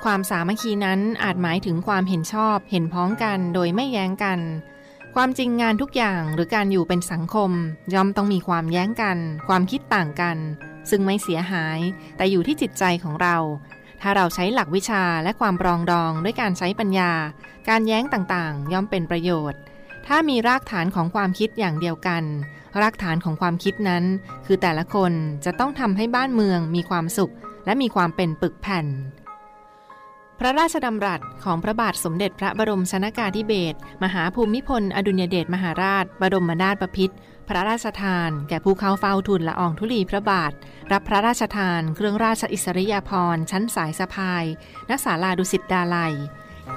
ความสามัคคีนั้นอาจหมายถึงความเห็นชอบเห็นพ้องกันโดยไม่แย้งกันความจริงงานทุกอย่างหรือการอยู่เป็นสังคมย่อมต้องมีความแย้งกันความคิดต่างกันซึ่งไม่เสียหายแต่อยู่ที่จิตใจของเราถ้าเราใช้หลักวิชาและความปรองดองด้วยการใช้ปัญญาการแย้งต่างๆย่อมเป็นประโยชน์ถ้ามีรากฐานของความคิดอย่างเดียวกันรากฐานของความคิดนั้นคือแต่ละคนจะต้องทำให้บ้านเมืองมีความสุขและมีความเป็นปึกแผ่นพระราชดำรัสของพระบาทสมเด็จพระบรมชนกาธิเบศรมหาภูมิพลอดุลยเดชมหาราชบรมนาถบพิตรพระราชทานแก่ผู้เข้าเฝ้าทูลละอองธุลีพระบาทรับพระราชทานเครื่องราชอิสริยาภรณ์ชั้นสายสะพายณศาลาดุสิตดาลัย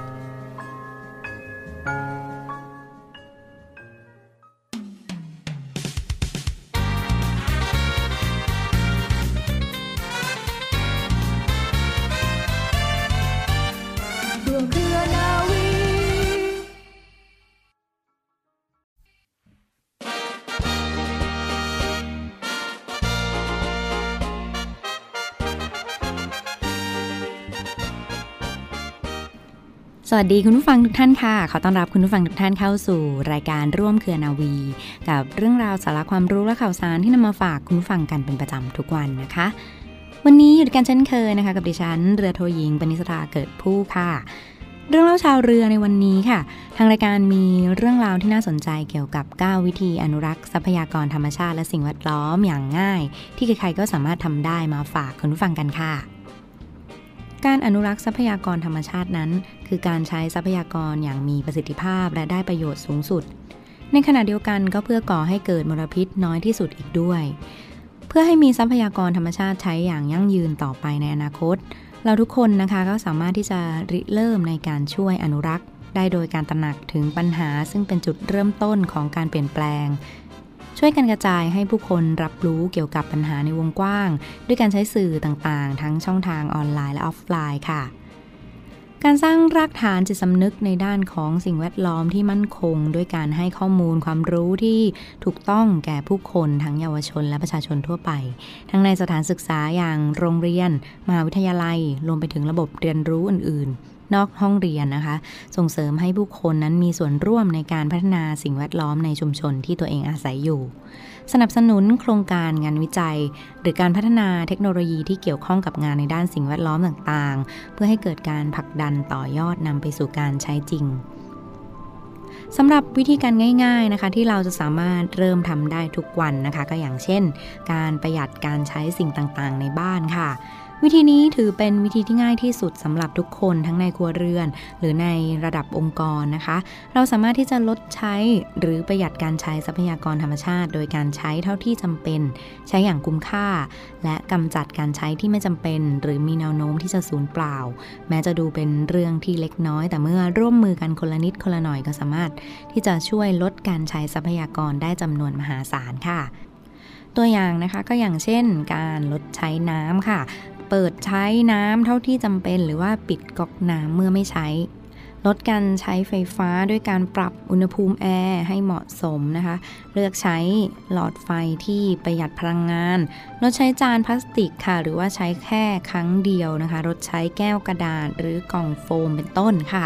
สวัสดีคุณผู้ฟังทุกท่านค่ะขอต้อนรับคุณผู้ฟังทุกท่านเข้าสู่รายการร่วมเครือนาวีกับเรื่องราวสาระความรู้และข่าวสารที่นำมาฝากคุณผู้ฟังกันเป็นประจำทุกวันนะคะวันนี้อยู่ด้วยกันเช่นเคยนะคะกับดิฉันเรือโทหญิงปณิสราเกิดผู้ค่ะเรื่องเล่าชาวเรือในวันนี้ค่ะทางรายการมีเรื่องราวที่น่าสนใจเกี่ยวกับ9วิธีอนุรักษ์ทรัพยากรธรรมชาติและสิ่งแวดล้อมอย่างง่ายที่ใครๆก็สามารถทำได้มาฝากคุณผู้ฟังกันค่ะการอนุรักษ์ทรัพยากรธรรมชาตินั้นคือการใช้ทรัพยากรอย่างมีประสิทธิภาพและได้ประโยชน์สูงสุดในขณะเดียวกันก็เพื่อก่อให้เกิดมลพิษน้อยที่สุดอีกด้วยเพื่อให้มีทรัพยากรธรรมชาติใช้อย่างยั่งยืนต่อไปในอนาคตเราทุกคนนะคะก็สามารถที่จะริเริ่มในการช่วยอนุรักษ์ได้โดยการตระหนักถึงปัญหาซึ่งเป็นจุดเริ่มต้นของการเปลี่ยนแปลงช่วยกันกระจายให้ผู้คนรับรู้เกี่ยวกับปัญหาในวงกว้างด้วยการใช้สื่อต่างๆทั้งช่องทางออนไลน์และออฟไลน์ค่ะการสร้างรากฐานจิตสำนึกในด้านของสิ่งแวดล้อมที่มั่นคงด้วยการให้ข้อมูลความรู้ที่ถูกต้องแก่ผู้คนทั้งเยาวชนและประชาชนทั่วไปทั้งในสถานศึกษาอย่างโรงเรียนมหาวิทยาลัยรวมไปถึงระบบเรียนรู้อื่นๆนอกห้องเรียนนะคะส่งเสริมให้ผู้คนนั้นมีส่วนร่วมในการพัฒนาสิ่งแวดล้อมในชุมชนที่ตัวเองอาศัยอยู่สนับสนุนโครงการงานวิจัยหรือการพัฒนาเทคโนโลยีที่เกี่ยวข้องกับงานในด้านสิ่งแวดล้อมต่างๆเพื่อให้เกิดการผลักดันต่อยอดนำไปสู่การใช้จริงสำหรับวิธีการง่ายๆนะคะที่เราจะสามารถเริ่มทำได้ทุกวันนะคะก็อย่างเช่นการประหยัดการใช้สิ่งต่างๆในบ้านค่ะวิธีนี้ถือเป็นวิธีที่ง่ายที่สุดสำหรับทุกคนทั้งในครัวเรือนหรือในระดับองค์กรนะคะเราสามารถที่จะลดใช้หรือประหยัดการใช้ทรัพยากรธรรมชาติโดยการใช้เท่าที่จำเป็นใช้อย่างคุ้มค่าและกำจัดการใช้ที่ไม่จำเป็นหรือมีแนวโน้มที่จะสูญเปล่าแม้จะดูเป็นเรื่องที่เล็กน้อยแต่เมื่อร่วมมือกันคนละนิดคนละหน่อยก็สามารถที่จะช่วยลดการใช้ทรัพยากรได้จำนวนมหาศาลค่ะตัวอย่างนะคะก็อย่างเช่นการลดใช้น้ำค่ะเปิดใช้น้ำเท่าที่จำเป็นหรือว่าปิดก๊อกน้ำเมื่อไม่ใช้ลดการใช้ไฟฟ้าด้วยการปรับอุณหภูมิแอร์ให้เหมาะสมนะคะเลือกใช้หลอดไฟที่ประหยัดพลังงานลดใช้จานพลาสติกค่ะหรือว่าใช้แค่ครั้งเดียวนะคะลดใช้แก้วกระดาษหรือกล่องโฟมเป็นต้นค่ะ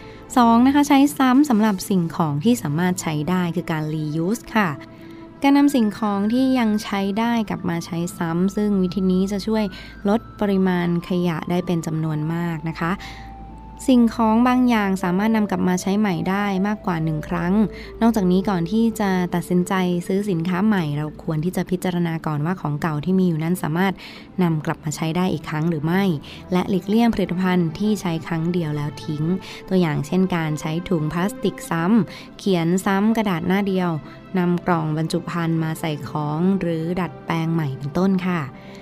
2นะคะใช้ซ้ำสำหรับสิ่งของที่สามารถใช้ได้คือการ reuse ค่ะการนำสิ่งของที่ยังใช้ได้กลับมาใช้ซ้ำซึ่งวิธีนี้จะช่วยลดปริมาณขยะได้เป็นจำนวนมากนะคะสิ่งของบางอย่างสามารถนำกลับมาใช้ใหม่ได้มากกว่า1ครั้งนอกจากนี้ก่อนที่จะตัดสินใจซื้อสินค้าใหม่เราควรที่จะพิจารณาก่อนว่าของเก่าที่มีอยู่นั้นสามารถนำกลับมาใช้ได้อีกครั้งหรือไม่และหลีกเลี่ยงผลิตภัณฑ์ที่ใช้ครั้งเดียวแล้วทิ้งตัวอย่างเช่นการใช้ถุงพลาสติกซ้ำเขียนซ้ำกระดาษหน้าเดียวนำกล่องบรรจุภัณฑ์มาใส่ของหรือดัดแปลงใหม่เป็นต้นค่ะ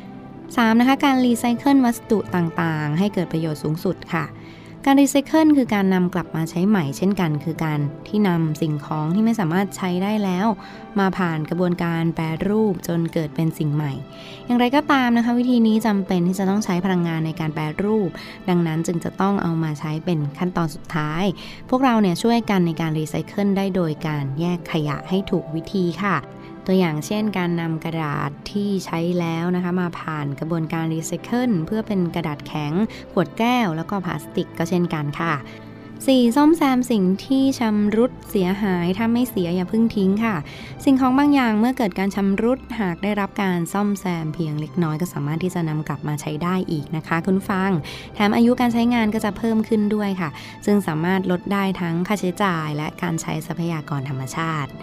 3นะคะการรีไซเคิลวัสดุต่างๆให้เกิดประโยชน์สูงสุดค่ะการรีไซเคิลคือการนำกลับมาใช้ใหม่เช่นกันคือการที่นำสิ่งของที่ไม่สามารถใช้ได้แล้วมาผ่านกระบวนการแปรรูปจนเกิดเป็นสิ่งใหม่อย่างไรก็ตามนะคะวิธีนี้จำเป็นที่จะต้องใช้พลังงานในการแปรรูปดังนั้นจึงจะต้องเอามาใช้เป็นขั้นตอนสุดท้ายพวกเราเนี่ยช่วยกันในการรีไซเคิลได้โดยการแยกขยะให้ถูกวิธีค่ะตัวอย่างเช่นการนำกระดาษที่ใช้แล้วนะคะมาผ่านกระบวนการรีไซเคิลเพื่อเป็นกระดาษแข็งขวดแก้วแล้วก็พลาสติกก็เช่นกันค่ะ 4. ซ่อมแซมสิ่งที่ชำรุดเสียหายถ้าไม่เสียอย่าเพิ่งทิ้งค่ะสิ่งของบางอย่างเมื่อเกิดการชำรุดหากได้รับการซ่อมแซมเพียงเล็กน้อยก็สามารถที่จะนำกลับมาใช้ได้อีกนะคะคุณฟังแถมอายุการใช้งานก็จะเพิ่มขึ้นด้วยค่ะซึ่งสามารถลดได้ทั้งค่าใช้จ่ายและการใช้ทรัพยากรธรรมชาติ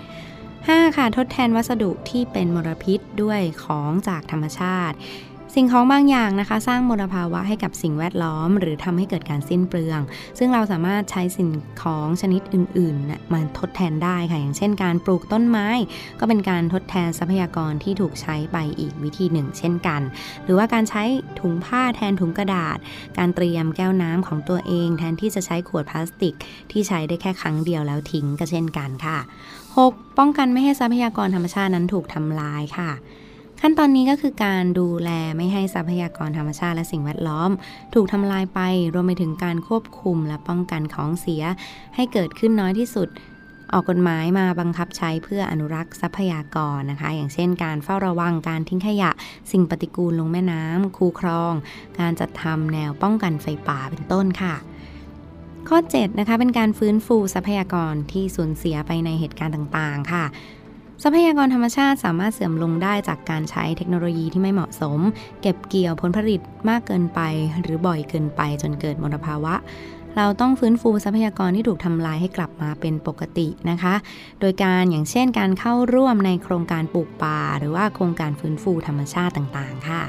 5. ค่ะทดแทนวัสดุที่เป็นมลพิษด้วยของจากธรรมชาติสิ่งของบางอย่างนะคะสร้างมลภาวะให้กับสิ่งแวดล้อมหรือทำให้เกิดการสิ้นเปลืองซึ่งเราสามารถใช้สิ่งของชนิดอื่นๆมาทดแทนได้ค่ะอย่างเช่นการปลูกต้นไม้ก็เป็นการทดแทนทรัพยากรที่ถูกใช้ไปอีกวิธีหนึ่งเช่นกันหรือว่าการใช้ถุงผ้าแทนถุงกระดาษการเตรียมแก้วน้ำของตัวเองแทนที่จะใช้ขวดพลาสติกที่ใช้ได้แค่ครั้งเดียวแล้วทิ้งก็เช่นกันค่ะ 6. ป้องกันไม่ให้ทรัพยากรธรรมชาตินั้นถูกทำลายค่ะขั้นตอนนี้ก็คือการดูแลไม่ให้ทรัพยากรธรรมชาติและสิ่งแวดล้อมถูกทำลายไปรวมไปถึงการควบคุมและป้องกันของเสียให้เกิดขึ้นน้อยที่สุดออกกฎหมายมาบังคับใช้เพื่ออนุรักษ์ทรัพยากรนะคะอย่างเช่นการเฝ้าระวังการทิ้งขยะสิ่งปฏิกูลลงแม่น้ำคูคลองการจัดทำแนวป้องกันไฟป่าเป็นต้นค่ะข้อ 7 นะคะเป็นการฟื้นฟูทรัพยากรที่สูญเสียไปในเหตุการณ์ต่างๆค่ะทรัพยากรธรรมชาติสามารถเสื่อมลงได้จากการใช้เทคโนโลยีที่ไม่เหมาะสมเก็บเกี่ยวผลผลิตมากเกินไปหรือบ่อยเกินไปจนเกิดมลภาวะเราต้องฟื้นฟูทรัพยากรที่ถูกทำลายให้กลับมาเป็นปกตินะคะโดยการอย่างเช่นการเข้าร่วมในโครงการปลูกป่าหรือว่าโครงการฟื้นฟูธรรมชาติต่างๆค่ะ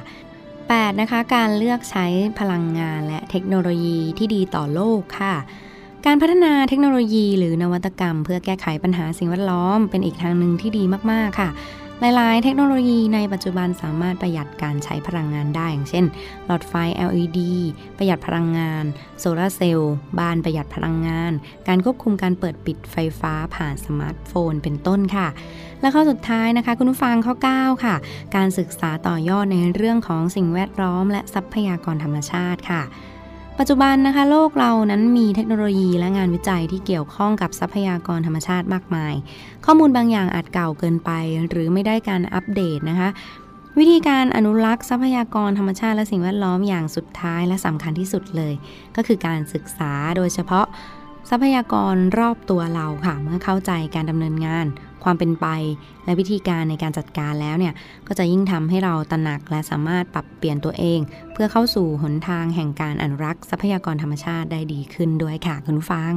8. นะคะการเลือกใช้พลังงานและเทคโนโลยีที่ดีต่อโลกค่ะการพัฒนาเทคโนโลยีหรือนวัตกรรมเพื่อแก้ไขปัญหาสิ่งแวดล้อมเป็นอีกทางหนึ่งที่ดีมากๆค่ะหลายๆเทคโนโลยีในปัจจุบันสามารถประหยัดการใช้พลังงานได้อย่างเช่นหลอดไฟ LED ประหยัดพลังงานโซลาร์เซลล์บ้านประหยัดพลังงานการควบคุมการเปิดปิดไฟฟ้าผ่านสมาร์ทโฟนเป็นต้นค่ะและข้อสุดท้ายนะคะคุณผู้ฟังข้อ 9 ค่ะการศึกษาต่อยอดในเรื่องของสิ่งแวดล้อมและทรัพยากรธรรมชาติค่ะปัจจุบันนะคะโลกเรานั้นมีเทคโนโลยีและงานวิจัยที่เกี่ยวข้องกับทรัพยากรธรรมชาติมากมายข้อมูลบางอย่างอาจเก่าเกินไปหรือไม่ได้การอัปเดตนะคะวิธีการอนุรักษ์ทรัพยากรธรรมชาติและสิ่งแวดล้อมอย่างสุดท้ายและสำคัญที่สุดเลยก็คือการศึกษาโดยเฉพาะทรัพยากรรอบตัวเราค่ะเมื่อเข้าใจการดำเนินงานความเป็นไปและวิธีการในการจัดการแล้วเนี่ยก็จะยิ่งทำให้เราตระหนักและสามารถปรับเปลี่ยนตัวเองเพื่อเข้าสู่หนทางแห่งการอนุรักษ์ทรัพยากรธรรมชาติได้ดีขึ้นด้วยค่ะคุณผู้ฟัง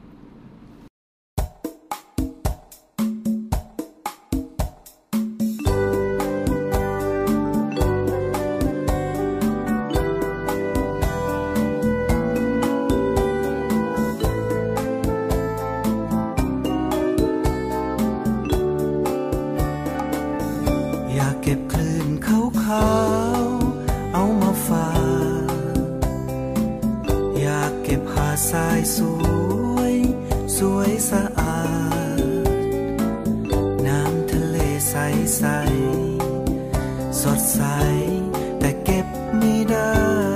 ทรายสวยสวยสะอาดน้ำทะเลใสใสสดใสแต่เก็บไม่ได้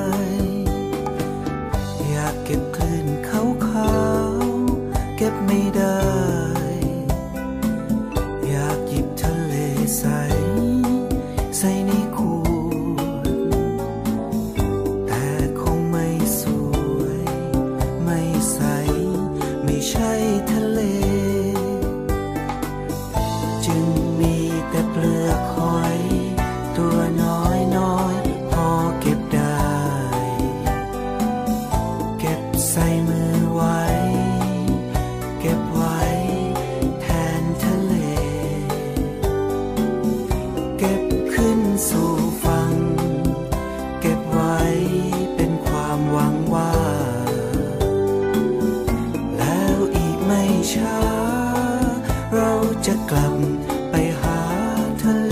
อยากเก็บคลื่นขาวๆเก็บไม่ได้อยากหยิบทะเลใสใส่ในขวดแต่คงไม่สวยไม่ใสไม่ใช่ทะเลจึงมีแต่เปลือกหอยตัวน้อยน้อยพอเก็บได้เก็บใส่มือไว้เก็บไว้แทนทะเลเก็บขึ้นสู่ฝั่งเก็บไว้เป็นความหวังว่าแล้วอีกไม่ช้าเราจะกลับไปหาทะเล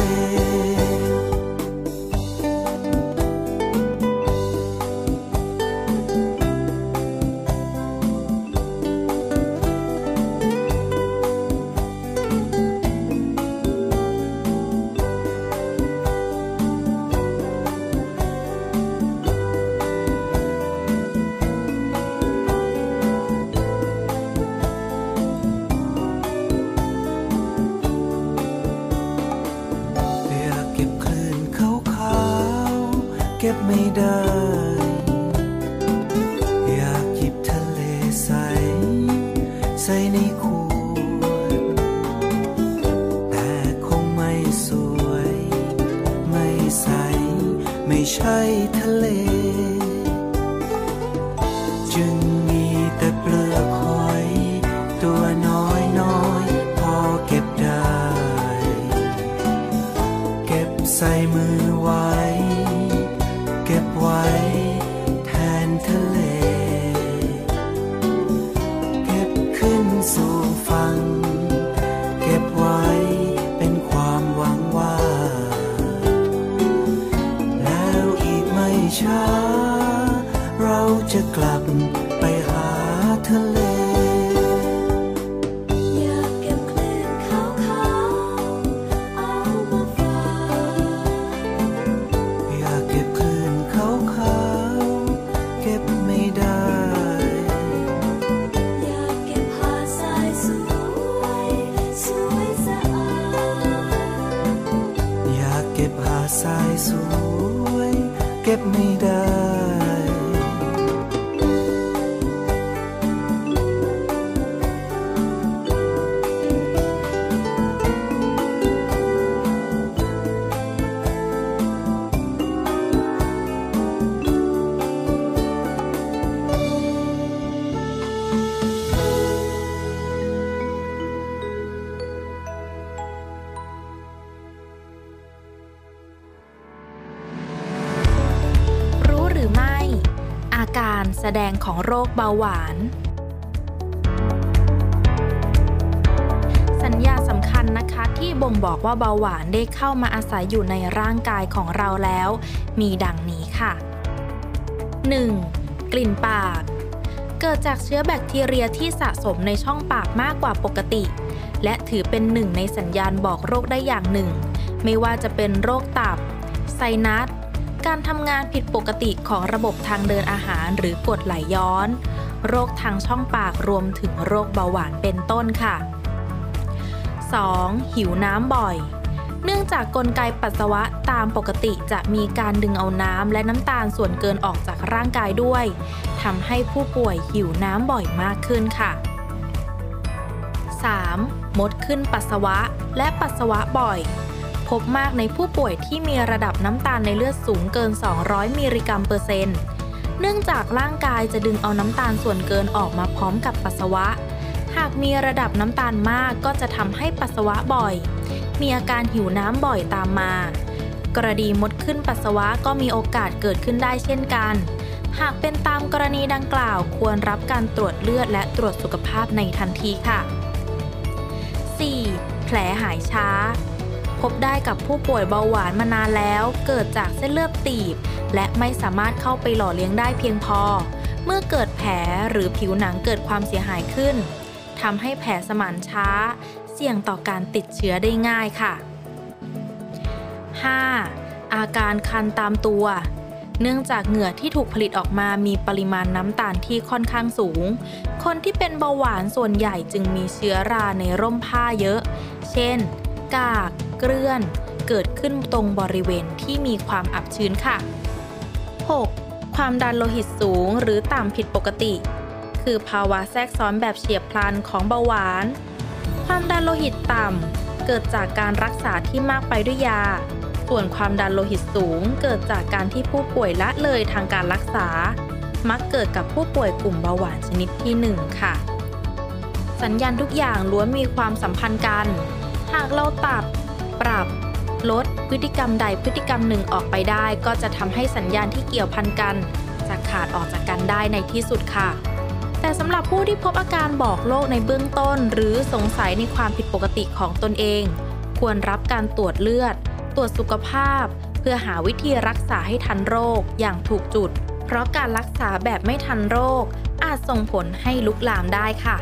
บไม่ได้อยากหยิบทะเลใส่ในขวดแต่คงไม่สวยไม่ใสไม่ใช่ทะเลจึงมีแต่เปลือกหอยตัวน้อยพอเก็บได้เก็บใส่มือไว้เก็บไว้แทนทะเลเก็บขึ้นสู่ฝั่งเก็บไว้เป็นความหวังว่าแล้วอีกไม่ช้าเราจะกลับไปหาทะเลอยากเก็บคลื่นขาวๆเอามาฝากอยากเก็บคลื่นขาวๆเก็บไม่ได้อยากเก็บหาดทรายสวยสวยสะอาดอยากเก็บหาดทรายสวยเก็บไม่ได้การแสดงของโรคเบาหวานสัญญาสำคัญนะคะที่บ่งบอกว่าเบาหวานได้เข้ามาอาศัยอยู่ในร่างกายของเราแล้วมีดังนี้ค่ะ 1. กลิ่นปากเกิดจากเชื้อแบคทีเรียที่สะสมในช่องปากมากกว่าปกติและถือเป็นหนึ่งในสัญญาณบอกโรคได้อย่างหนึ่งไม่ว่าจะเป็นโรคตับไซนัสการทำงานผิดปกติของระบบทางเดินอาหารหรือกรดไหลย้อนโรคทางช่องปากรวมถึงโรคเบาหวานเป็นต้นค่ะ 2. หิวน้ำบ่อยเนื่องจากกลไกปัสสาวะตามปกติจะมีการดึงเอาน้ำและน้ำตาลส่วนเกินออกจากร่างกายด้วยทำให้ผู้ป่วยหิวน้ำบ่อยมากขึ้นค่ะ 3. มดขึ้นปัสสาวะและปัสสาวะบ่อยพบมากในผู้ป่วยที่มีระดับน้ำตาลในเลือดสูงเกิน200มิลลิกรัมเปอร์เซ็นต์เนื่องจากร่างกายจะดึงเอาน้ำตาลส่วนเกินออกมาพร้อมกับปัสสาวะหากมีระดับน้ำตาลมากก็จะทำให้ปัสสาวะบ่อยมีอาการหิวน้ำบ่อยตามมากรณีมดขึ้นปัสสาวะก็มีโอกาสเกิดขึ้นได้เช่นกันหากเป็นตามกรณีดังกล่าวควรรับการตรวจเลือดและตรวจสุขภาพในทันทีค่ะ 4. แผลหายช้าพบได้กับผู้ป่วยเบาหวานมานานแล้วเกิดจากเส้นเลือดตีบและไม่สามารถเข้าไปหล่อเลี้ยงได้เพียงพอเมื่อเกิดแผลหรือผิวหนังเกิดความเสียหายขึ้นทำให้แผลสมานช้าเสี่ยงต่อการติดเชื้อได้ง่ายค่ะ 5. อาการคันตามตัวเนื่องจากเหงื่อที่ถูกผลิตออกมามีปริมาณน้ำตาลที่ค่อนข้างสูงคนที่เป็นเบาหวานส่วนใหญ่จึงมีเชื้อราในร่มผ้าเยอะเช่นกากเกลื่อนเกิดขึ้นตรงบริเวณที่มีความอับชื้นค่ะ 6. ความดันโลหิตสูงหรือต่ำผิดปกติคือภาวะแทรกซ้อนแบบเฉียบพลันของเบาหวานความดันโลหิตต่ำเกิดจากการรักษาที่มากไปด้วยยาส่วนความดันโลหิตสูงเกิดจากการที่ผู้ป่วยละเลยทางการรักษามักเกิดกับผู้ป่วยกลุ่มเบาหวานชนิดที่ 1 ค่ะสัญญาณทุกอย่างล้วนมีความสัมพันธ์กันหากเราปรับลดพฤติกรรมใดพฤติกรรมหนึ่งออกไปได้ก็จะทำให้สัญญาณที่เกี่ยวพันกันจะขาดออกจากกันได้ในที่สุดค่ะแต่สำหรับผู้ที่พบอาการบอกโรคในเบื้องต้นหรือสงสัยในความผิดปกติของตนเองควรรับการตรวจเลือดตรวจสุขภาพเพื่อหาวิธีรักษาให้ทันโรคอย่างถูกจุดเพราะการรักษาแบบไม่ทันโรคอาจส่งผลให้ลุกลามได้ค่ะ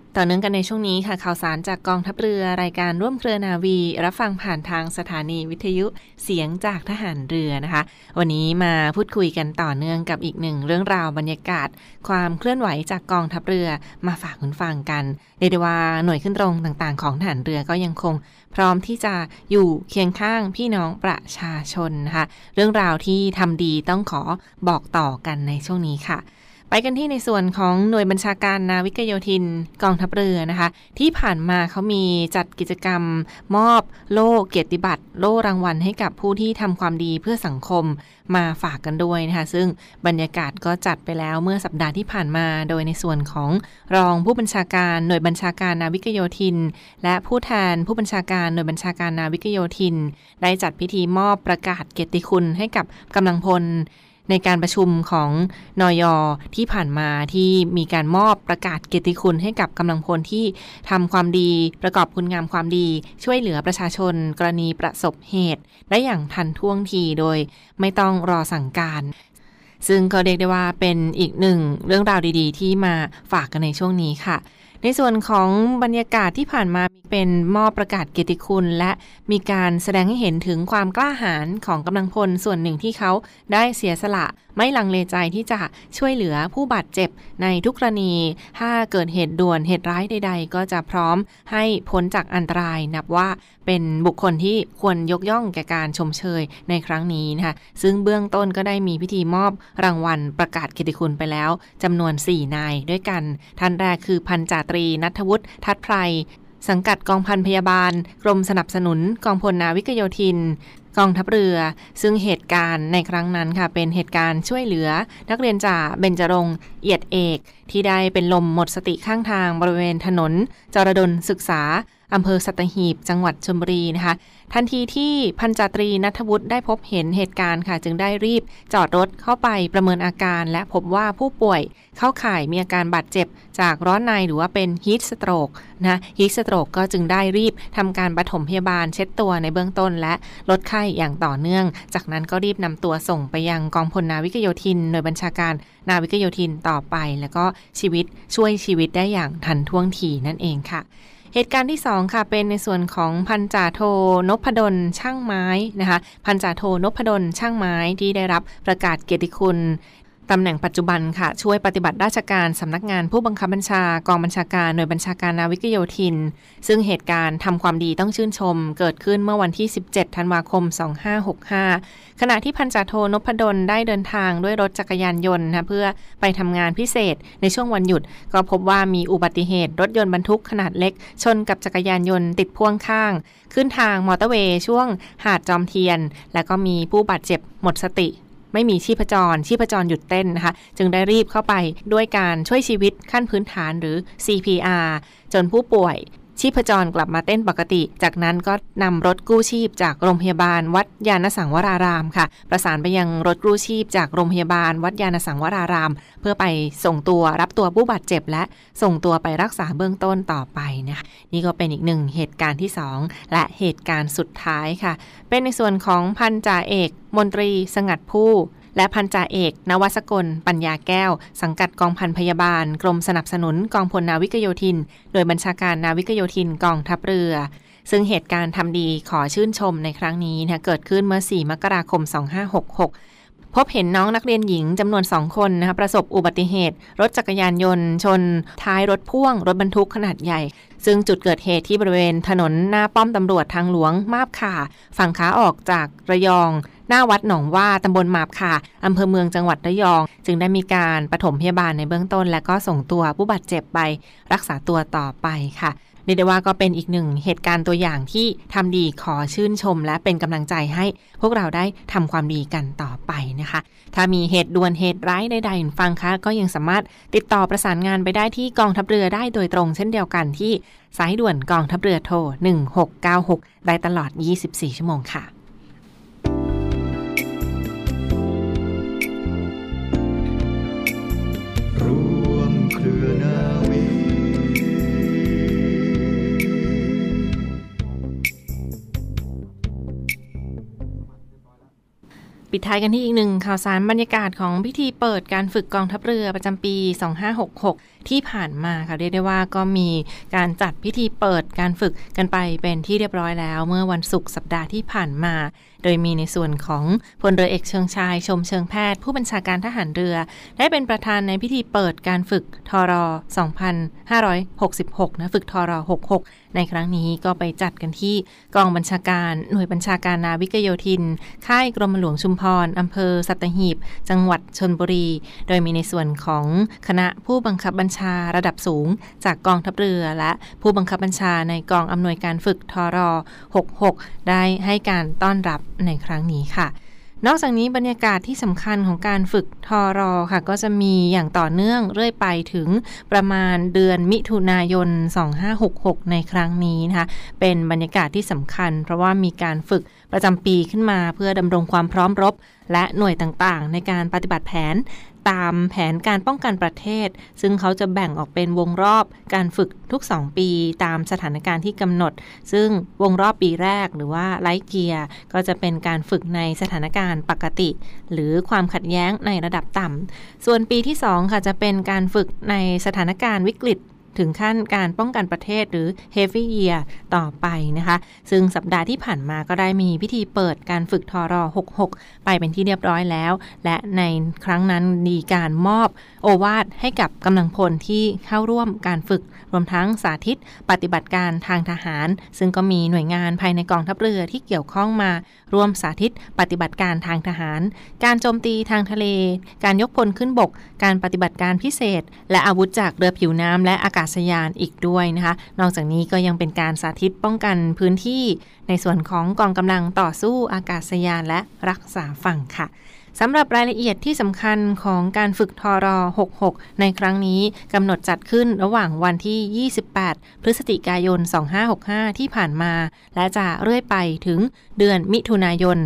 ต่อเนื่องกันในช่วงนี้ค่ะข่าวสารจากกองทัพเรือรายการร่วมเครือนาวีรับฟังผ่านทางสถานีวิทยุเสียงจากทหารเรือนะคะวันนี้มาพูดคุยกันต่อเนื่องกับอีกหนึ่งเรื่องราวบรรยากาศความเคลื่อนไหวจากกองทัพเรือมาฝากคุณฟังกันเรียกได้ว่าหน่วยขึ้นตรงต่างๆของทหารเรือก็ยังคงพร้อมที่จะอยู่เคียงข้างพี่น้องประชาชนนะคะเรื่องราวที่ทำดีต้องขอบอกต่อกันในช่วงนี้ค่ะไปกันที่ในส่วนของหน่วยบัญชาการนาวิกโยธินกองทัพเรือนะคะที่ผ่านมาเขามีจัดกิจกรรมมอบโล่เกียรติบัตรโล่รางวัลให้กับผู้ที่ทำความดีเพื่อสังคมมาฝากกันด้วยนะคะซึ่งบรรยากาศก็จัดไปแล้วเมื่อสัปดาห์ที่ผ่านมาโดยในส่วนของรองผู้บัญชาการหน่วยบัญชาการนาวิกโยธินและผู้แทนผู้บัญชาการหน่วยบัญชาการนาวิกโยธินได้จัดพิธีมอบประกาศเกียรติคุณให้กับกำลังพลในการประชุมของนย.ที่ผ่านมาที่มีการมอบประกาศเกียรติคุณให้กับกำลังพลที่ทำความดีประกอบคุณงามความดีช่วยเหลือประชาชนกรณีประสบเหตุได้อย่างทันท่วงทีโดยไม่ต้องรอสั่งการซึ่งก็เรียกได้ว่าเป็นอีกหนึ่งเรื่องราวดีๆที่มาฝากกันในช่วงนี้ค่ะในส่วนของบรรยากาศที่ผ่านมาเป็นมอบประกาศเกียรติคุณและมีการแสดงให้เห็นถึงความกล้าหาญของกำลังพลส่วนหนึ่งที่เขาได้เสียสละไม่ลังเลใจที่จะช่วยเหลือผู้บาดเจ็บในทุกกรณีถ้าเกิดเหตุด่วนเหตุร้ายใดๆก็จะพร้อมให้พ้นจากอันตรายนับว่าเป็นบุคคลที่ควรยกย่องแก่การชมเชยในครั้งนี้นะคะซึ่งเบื้องต้นก็ได้มีพิธีมอบรางวัลประกาศเกียรติคุณไปแล้วจำนวน4นายด้วยกันท่านแรกคือพันจ่าตรีณัฐวุฒิทัดไพรสังกัดกองพันพยาบาลกรมสนับสนุนกองพลนาวิกโยธินกองทัพเรือซึ่งเหตุการณ์ในครั้งนั้นค่ะเป็นเหตุการณ์ช่วยเหลือนักเรียนจ่าเบญจรงค์เอียดเอกที่ได้เป็นลมหมดสติข้างทางบริเวณถนนจรดลศึกษาอำเภอสัตหีบจังหวัดชลบุรีนะคะทันทีที่พันจ่าตรีณัฐวุฒิได้พบเห็นเหตุการณ์ค่ะจึงได้รีบจอดรถเข้าไปประเมินอาการและพบว่าผู้ป่วยเข้าข่ายมีอาการบาดเจ็บจากร้อนในหรือว่าเป็นฮีทสโตรกนะฮีทสโตรกก็จึงได้รีบทำการปฐมพยาบาลเช็ดตัวในเบื้องต้นและลดไข้อย่างต่อเนื่องจากนั้นก็รีบนำตัวส่งไปยังกองพลนาวิกโยธินหน่วยบัญชาการนาวิกโยธินต่อไปแล้วก็ช่วยชีวิตได้อย่างทันท่วงทีนั่นเองค่ะเหตุการณ์ที่2ค่ะเป็นในส่วนของพันจ่าโทนพดลช่างไม้นะคะพันจ่าโทนพดลช่างไม้ที่ได้รับประกาศเกียรติคุณตำแหน่งปัจจุบันค่ะช่วยปฏิบัติราชการสำนักงานผู้บังคับบัญชากองบัญชาการหน่วยบัญชาการนาวิกโยธินซึ่งเหตุการณ์ทำความดีต้องชื่นชมเกิดขึ้นเมื่อวันที่17ธันวาคม2565ขณะที่พันจ่าโทนพดลได้เดินทางด้วยรถจักรยานยนต์นะเพื่อไปทำงานพิเศษในช่วงวันหยุดก็พบว่ามีอุบัติเหตุรถยนต์บรรทุกขนาดเล็กชนกับจักรยานยนต์ติดพ่วงข้างขึ้นทางมอเตอร์เวย์ช่วงหาดจอมเทียนและก็มีผู้บาดเจ็บหมดสติไม่มีชีพจรหยุดเต้นนะคะจึงได้รีบเข้าไปด้วยการช่วยชีวิตขั้นพื้นฐานหรือ CPR จนผู้ป่วยชีพจรกลับมาเต้นปกติจากนั้นก็นำรถกู้ชีพจากโรงพยาบาลวัดยานสังวรารามค่ะประสานไปยังรถกู้ชีพจากโรงพยาบาลวัดยานสังวรารามเพื่อไปส่งตัวรับตัวผู้บาดเจ็บและส่งตัวไปรักษาเบื้องต้นต่อไปนะคะนี่ก็เป็นอีกหนึ่งเหตุการณ์ที่2และเหตุการณ์สุดท้ายค่ะเป็นในส่วนของพันจ่าเอกมนตรีสงัดผู้และพันจ่าเอกนวสกลปัญญาแก้วสังกัดกองพันพยาบาลกรมสนับสนุนกองพลนาวิกโยธินโดยบัญชาการนาวิกโยธินกองทัพเรือซึ่งเหตุการณ์ทำดีขอชื่นชมในครั้งนี้นะเกิดขึ้นเมื่อ4มกราคม2566พบเห็นน้องนักเรียนหญิงจำนวน2คนนะคะประสบอุบัติเหตุรถจักรยานยนต์ชนท้ายรถพ่วงรถบรรทุกขนาดใหญ่ซึ่งจุดเกิดเหตุที่บริเวณถนนหน้าป้อมตำรวจทางหลวงมาบข่าฝั่งขาออกจากระยองหน้าวัดหนองว่าตำบลมาบข่าอำเภอเมืองจังหวัดระยองจึงได้มีการปฐมพยาบาลในเบื้องต้นและก็ส่งตัวผู้บาดเจ็บไปรักษาตัวต่อไปค่ะเรียกได้ว่าก็เป็นอีกหนึ่งเหตุการณ์ตัวอย่างที่ทำดีขอชื่นชมและเป็นกำลังใจให้พวกเราได้ทำความดีกันต่อไปนะคะถ้ามีเหตุด่วนเหตุร้ายใดๆฟังคะก็ยังสามารถติดต่อประสานงานไปได้ที่กองทัพเรือได้โดยตรงเช่นเดียวกันที่สายด่วนกองทัพเรือโทร1696ได้ตลอด24ชั่วโมงค่ะร่วมเครือนาวีปิดท้ายกันที่อีกหนึ่งข่าวสารบรรยากาศของพิธีเปิดการฝึกกองทัพเรือประจำปี 2566 ที่ผ่านมาค่ะเรียกได้ว่าก็มีการจัดพิธีเปิดการฝึกกันไปเป็นที่เรียบร้อยแล้วเมื่อวันศุกร์สัปดาห์ที่ผ่านมาโดยมีในส่วนของพลเรือเอกเชิงชายชมเชิงแพทย์ผู้บัญชาการทหารเรือได้เป็นประธานในพิธีเปิดการฝึกทร2566นะฝึกทร66ในครั้งนี้ก็ไปจัดกันที่กองบัญชาการหน่วยบัญชาการนาวิกโยธินค่ายกรมหลวงชุมพรอำเภอสัตหีบจังหวัดชลบุรีโดยมีในส่วนของคณะผู้บังคับบัญชาระดับสูงจากกองทัพเรือและผู้บังคับบัญชาในกองอำนวยการฝึกทร66ได้ให้การต้อนรับในครั้งนี้ค่ะนอกจากนี้บรรยากาศที่สำคัญของการฝึกทรค่ะก็จะมีอย่างต่อเนื่องเรื่อยไปถึงประมาณเดือนมิถุนายน 2566 ในครั้งนี้นะคะเป็นบรรยากาศที่สำคัญเพราะว่ามีการฝึกประจำปีขึ้นมาเพื่อดำรงความพร้อมรบและหน่วยต่างๆในการปฏิบัติแผนตามแผนการป้องกันประเทศซึ่งเขาจะแบ่งออกเป็นวงรอบการฝึกทุก2ปีตามสถานการณ์ที่กำหนดซึ่งวงรอบปีแรกหรือว่าไลท์เกียร์ก็จะเป็นการฝึกในสถานการณ์ปกติหรือความขัดแย้งในระดับต่ำส่วนปีที่2ค่ะจะเป็นการฝึกในสถานการณ์วิกฤตถึงขั้นการป้องกันประเทศหรือ Heavy Year ต่อไปนะคะซึ่งสัปดาห์ที่ผ่านมาก็ได้มีพิธีเปิดการฝึกทร66ไปเป็นที่เรียบร้อยแล้วและในครั้งนั้นมีการมอบโอวาทให้กับกำลังพลที่เข้าร่วมการฝึกรวมทั้งสาธิตปฏิบัติการทางทหารซึ่งก็มีหน่วยงานภายในกองทัพเรือที่เกี่ยวข้องมาร่วมสาธิตปฏิบัติการทางทหารการโจมตีทางทะเลการยกพลขึ้นบกการปฏิบัติการพิเศษและอาวุธจากเรือผิวน้ำและอากาศยานอีกด้วยนะคะนอกจากนี้ก็ยังเป็นการสาธิตป้องกันพื้นที่ในส่วนของกองกำลังต่อสู้อากาศยานและรักษาฝั่งค่ะสำหรับรายละเอียดที่สำคัญของการฝึกทร66ในครั้งนี้กำหนดจัดขึ้นระหว่างวันที่28พฤศจิกายน2565ที่ผ่านมาและจะเรื่อยไปถึงเดือนมิถุนายน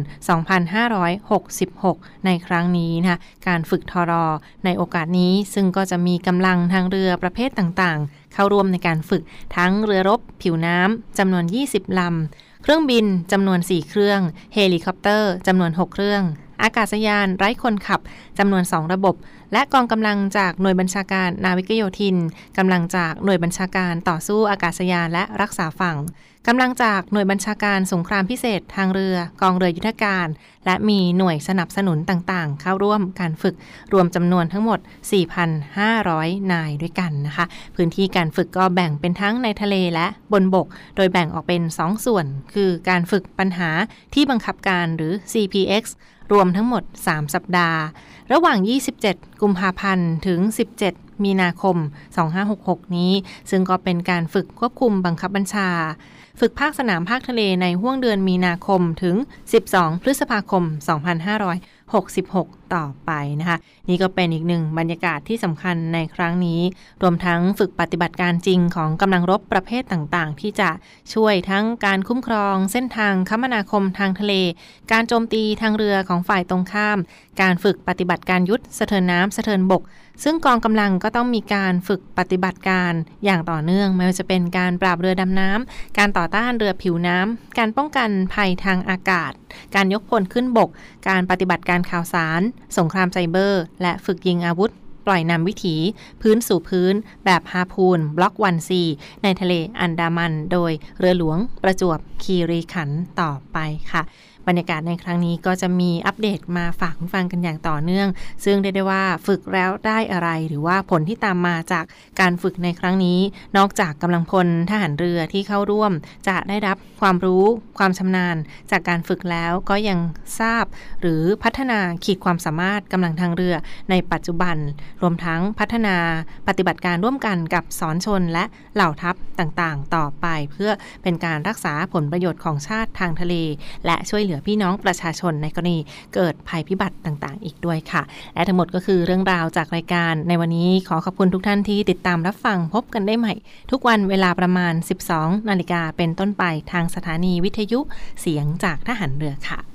2566ในครั้งนี้นะคะการฝึกทรในโอกาสนี้ซึ่งก็จะมีกำลังทางเรือประเภทต่างๆเข้าร่วมในการฝึกทั้งเรือรบผิวน้ำจำนวน20ลำเครื่องบินจำนวน4เครื่องเฮลิคอปเตอร์จำนวน6เครื่องอากาศยานไร้คนขับจำนวน2ระบบและกองกำลังจากหน่วยบัญชาการนาวิกโยธินกำลังจากหน่วยบัญชาการต่อสู้อากาศยานและรักษาฝั่งกำลังจากหน่วยบัญชาการสงครามพิเศษทางเรือกองเรือยุทธการและมีหน่วยสนับสนุนต่างๆเข้าร่วมการฝึกรวมจำนวนทั้งหมด 4,500 นายด้วยกันนะคะพื้นที่การฝึกก็แบ่งเป็นทั้งในทะเลและบนบกโดยแบ่งออกเป็น2ส่วนคือการฝึกปัญหาที่บังคับการหรือ CPX รวมทั้งหมด3สัปดาห์ระหว่าง27กุมภาพันธ์ถึง17มีนาคม2566นี้ซึ่งก็เป็นการฝึกควบคุมบังคับบัญชาฝึกภาคสนามภาคทะเลในห้วงเดือนมีนาคมถึง12พฤษภาคม2566ต่อไปนะคะนี่ก็เป็นอีกหนึ่งบรรยากาศที่สำคัญในครั้งนี้รวมทั้งฝึกปฏิบัติการจริงของกำลังรบประเภทต่างๆที่จะช่วยทั้งการคุ้มครองเส้นทางคมนาคมทางทะเลการโจมตีทางเรือของฝ่ายตรงข้ามการฝึกปฏิบัติการยุทธสะเทินน้ำสะเทินบกซึ่งกองกำลังก็ต้องมีการฝึกปฏิบัติการอย่างต่อเนื่องไม่ว่าจะเป็นการปราบเรือดำน้ำการต่อต้านเรือผิวน้ำการป้องกันภัยทางอากาศการยกพลขึ้นบกการปฏิบัติการข่าวสารสงครามไซเบอร์และฝึกยิงอาวุธปล่อยนำวิถีพื้นสู่พื้นแบบฮาพูนบล็อก 1C ในทะเลอันดามันโดยเรือหลวงประจวบคีรีขันธ์ต่อไปค่ะบรรยากาศในครั้งนี้ก็จะมีอัปเดตมาฝากคุณฟังกันอย่างต่อเนื่องซึ่งได้ว่าฝึกแล้วได้อะไรหรือว่าผลที่ตามมาจากการฝึกในครั้งนี้นอกจากกำลังพลทหารเรือที่เข้าร่วมจะได้รับความรู้ความชำนาญจากการฝึกแล้วก็ยังทราบหรือพัฒนาขีดความสามารถกำลังทางเรือในปัจจุบันรวมทั้งพัฒนาปฏิบัติการร่วมกันกับสอนชนและเหล่าทัพต่างๆต่อไปเพื่อเป็นการรักษาผลประโยชน์ของชาติทางทะเลและช่วยเหลือพี่น้องประชาชนในกรณีเกิดภัยพิบัติต่างๆอีกด้วยค่ะและทั้งหมดก็คือเรื่องราวจากรายการในวันนี้ขอขอบคุณทุกท่านที่ติดตามรับฟังพบกันได้ใหม่ทุกวันเวลาประมาณ 12 นาฬิกาเป็นต้นไปทางสถานีวิทยุเสียงจากทหารเรือค่ะ